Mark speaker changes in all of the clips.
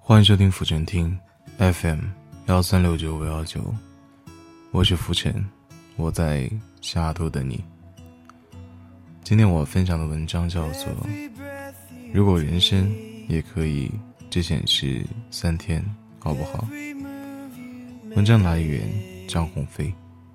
Speaker 1: 欢迎收听浮沉听 FM1369519，我是浮沉，我在西雅图等你。今天我分享的文章叫做如果人生也可以只显示3天好不好？文章来源张鸿飞。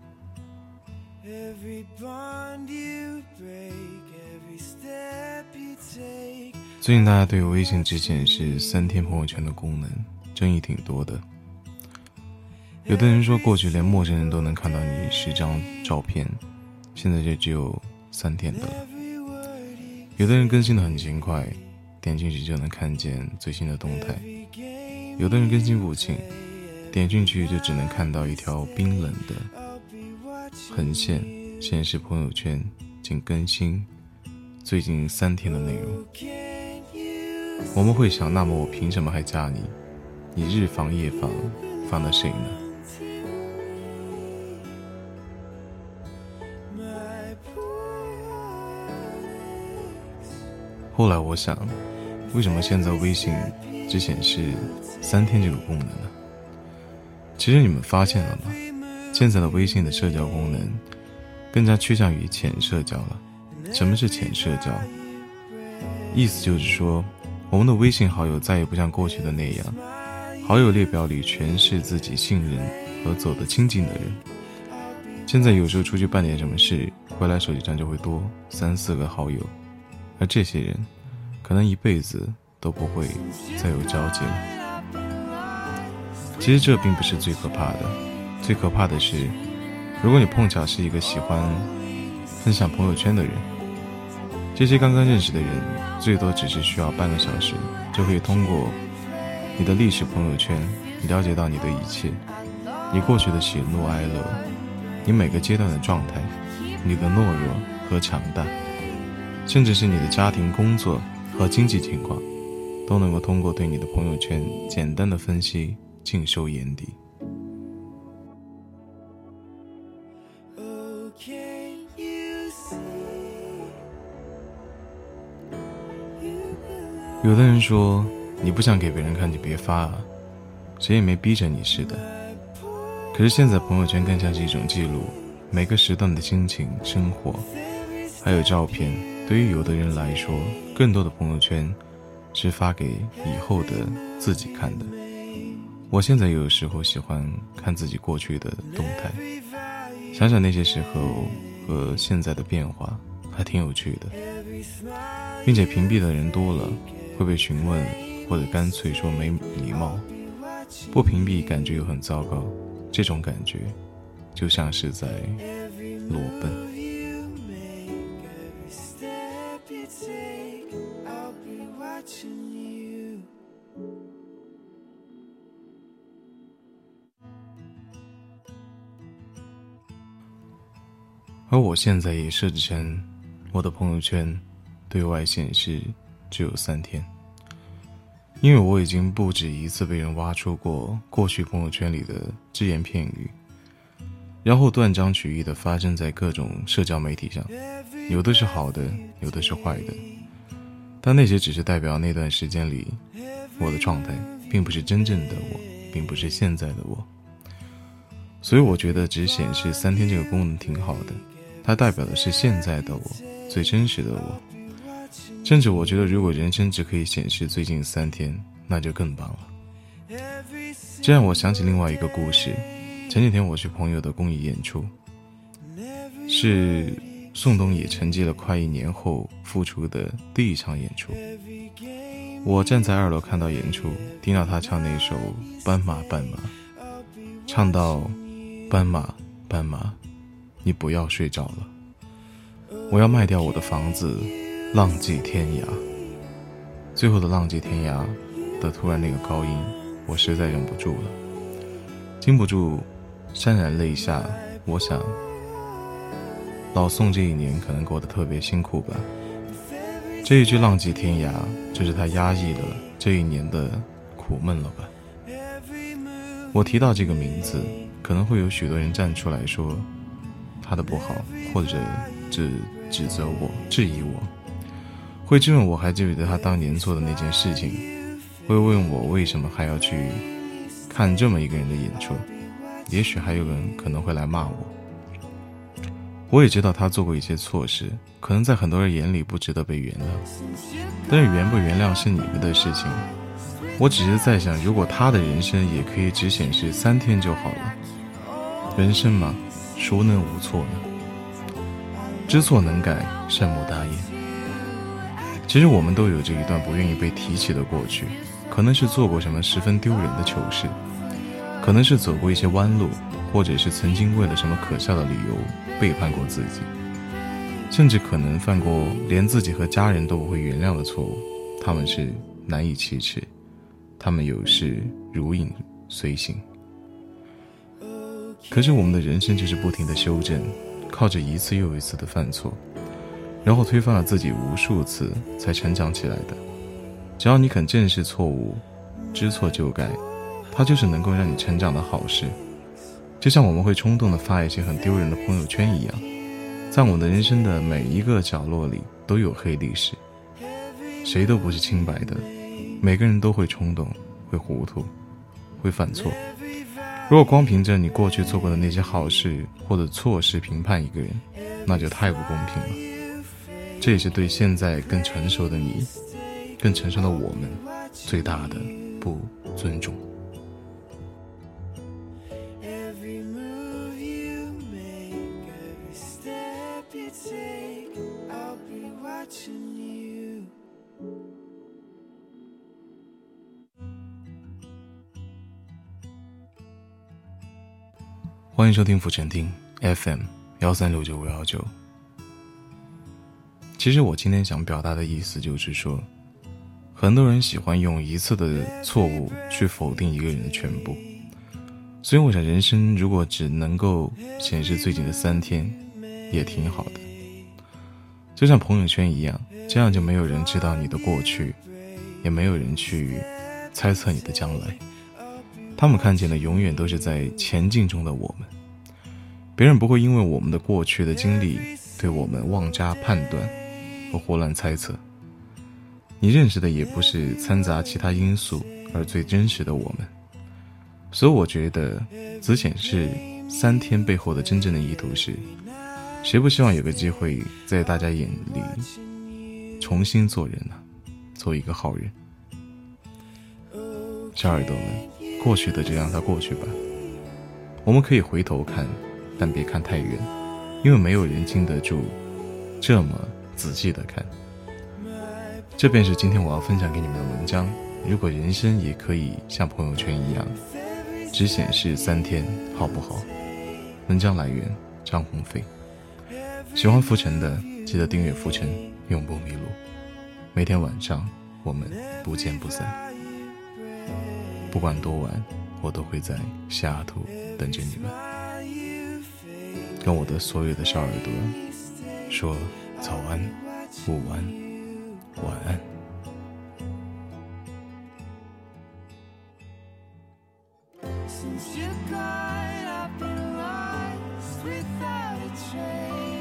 Speaker 1: 最近大家对微信只显示3天朋友圈的功能争议挺多的。有的人说过去连陌生人都能看到你10张照片，现在就只有3天的了。有的人更新得很勤快，点进去就能看见最新的动态。有的人更新不勤，点进去就只能看到一条冰冷的横线，显示朋友圈仅更新最近3天的内容。我们会想，那么我凭什么还加你？你日防夜防，防了谁呢？后来我想，为什么现在微信只显示3天这个功能呢？其实你们发现了吗？现在的微信的社交功能更加趋向于浅社交了。什么是浅社交？意思就是说，我们的微信好友再也不像过去的那样，好友列表里全是自己信任和走得亲近的人。现在有时候出去办点什么事，回来手机上就会多3-4个好友，而这些人可能一辈子都不会再有交集了。其实这并不是最可怕的，最可怕的是，如果你碰巧是一个喜欢分享朋友圈的人，这些刚刚认识的人最多只是需要半个小时，就可以通过你的历史朋友圈了解到你的一切，你过去的喜怒哀乐，你每个阶段的状态，你的懦弱和强大，甚至是你的家庭、工作和经济情况，都能够通过对你的朋友圈简单的分析尽收眼底。有的人说，你不想给别人看就别发啊，谁也没逼着你似的。可是现在朋友圈更像是一种记录每个时段的心情、生活，还有照片。对于有的人来说，更多的朋友圈是发给以后的自己看的。我现在有时候喜欢看自己过去的动态，想想那些时候和现在的变化，还挺有趣的。并且屏蔽的人多了，会被询问，或者干脆说没礼貌。不屏蔽感觉又很糟糕，这种感觉就像是在裸奔。而我现在也设置成我的朋友圈对外显示只有3天，因为我已经不止一次被人挖出过过去朋友圈里的只言片语，然后断章取义地发生在各种社交媒体上，有的是好的，有的是坏的，但那些只是代表那段时间里我的状态，并不是真正的我，并不是现在的我。所以我觉得只显示3天这个功能挺好的，它代表的是现在的我，最真实的我。甚至我觉得，如果人生只可以显示最近3天，那就更棒了。这让我想起另外一个故事。前几天我去朋友的公益演出，是宋冬野沉寂了快1年后复出的第一场演出。我站在2楼看到演出，听到他唱那首《斑马斑马》，唱到斑马斑马，你不要睡着了，我要卖掉我的房子，浪迹天涯。最后的浪迹天涯的突然那个高音，我实在忍不住了，禁不住潸然泪下。我想老宋这1年可能过得特别辛苦吧。这一句浪迹天涯，就是他压抑了这1年的苦闷了吧。我提到这个名字，可能会有许多人站出来说他的不好，或者指责我、质疑我，会质问我还记不记得他当年做的那件事情。 会问我为什么还要去看这么一个人的演出，也许还有人可能会来骂我。我也知道他做过一些错事，可能在很多人眼里不值得被原谅，但是原不原谅是你们的事情。我只是在想，如果他的人生也可以只显示3天就好了。人生嘛，孰能无错呢？知错能改，善莫大焉。其实我们都有着一段不愿意被提起的过去，可能是做过什么十分丢人的糗事，可能是走过一些弯路，或者是曾经为了什么可笑的理由背叛过自己，甚至可能犯过连自己和家人都不会原谅的错误。他们是难以启齿，他们有时如影随形。可是我们的人生就是不停的修正，靠着一次又一次的犯错，然后推翻了自己无数次才成长起来的。只要你肯正视错误，知错就改，它就是能够让你成长的好事。就像我们会冲动地发一些很丢人的朋友圈一样，在我们的人生的每一个角落里都有黑历史，谁都不是清白的，每个人都会冲动，会糊涂，会犯错。如果光凭着你过去做过的那些好事或者错事评判一个人，那就太不公平了。这也是对现在更成熟的你，更成熟的我们最大的不尊重。欢迎收听浮沉听 FM1369519。其实我今天想表达的意思就是说，很多人喜欢用一次的错误去否定一个人的全部，所以我想人生如果只能够显示最近的3天也挺好的，就像朋友圈一样，这样就没有人知道你的过去，也没有人去猜测你的将来。他们看见的永远都是在前进中的我们，别人不会因为我们的过去的经历对我们妄加判断和胡乱猜测。你认识的也不是掺杂其他因素而最真实的我们。所以我觉得只显示3天背后的真正的意图是，谁不希望有个机会在大家眼里重新做人呢？做一个好人。小耳朵们，过去的就让它过去吧。我们可以回头看，但别看太远，因为没有人经得住这么仔细的看。这便是今天我要分享给你们的文章。如果人生也可以像朋友圈一样只显示3天，好不好？文章来源张鸿飞。喜欢浮沉的记得订阅浮沉，永不迷路。每天晚上我们不见不散，不管多晚，我都会在西雅图等着你们。跟我的所有的小耳朵说早安、午安、晚安。Since you're gone, I've been lost without a trace.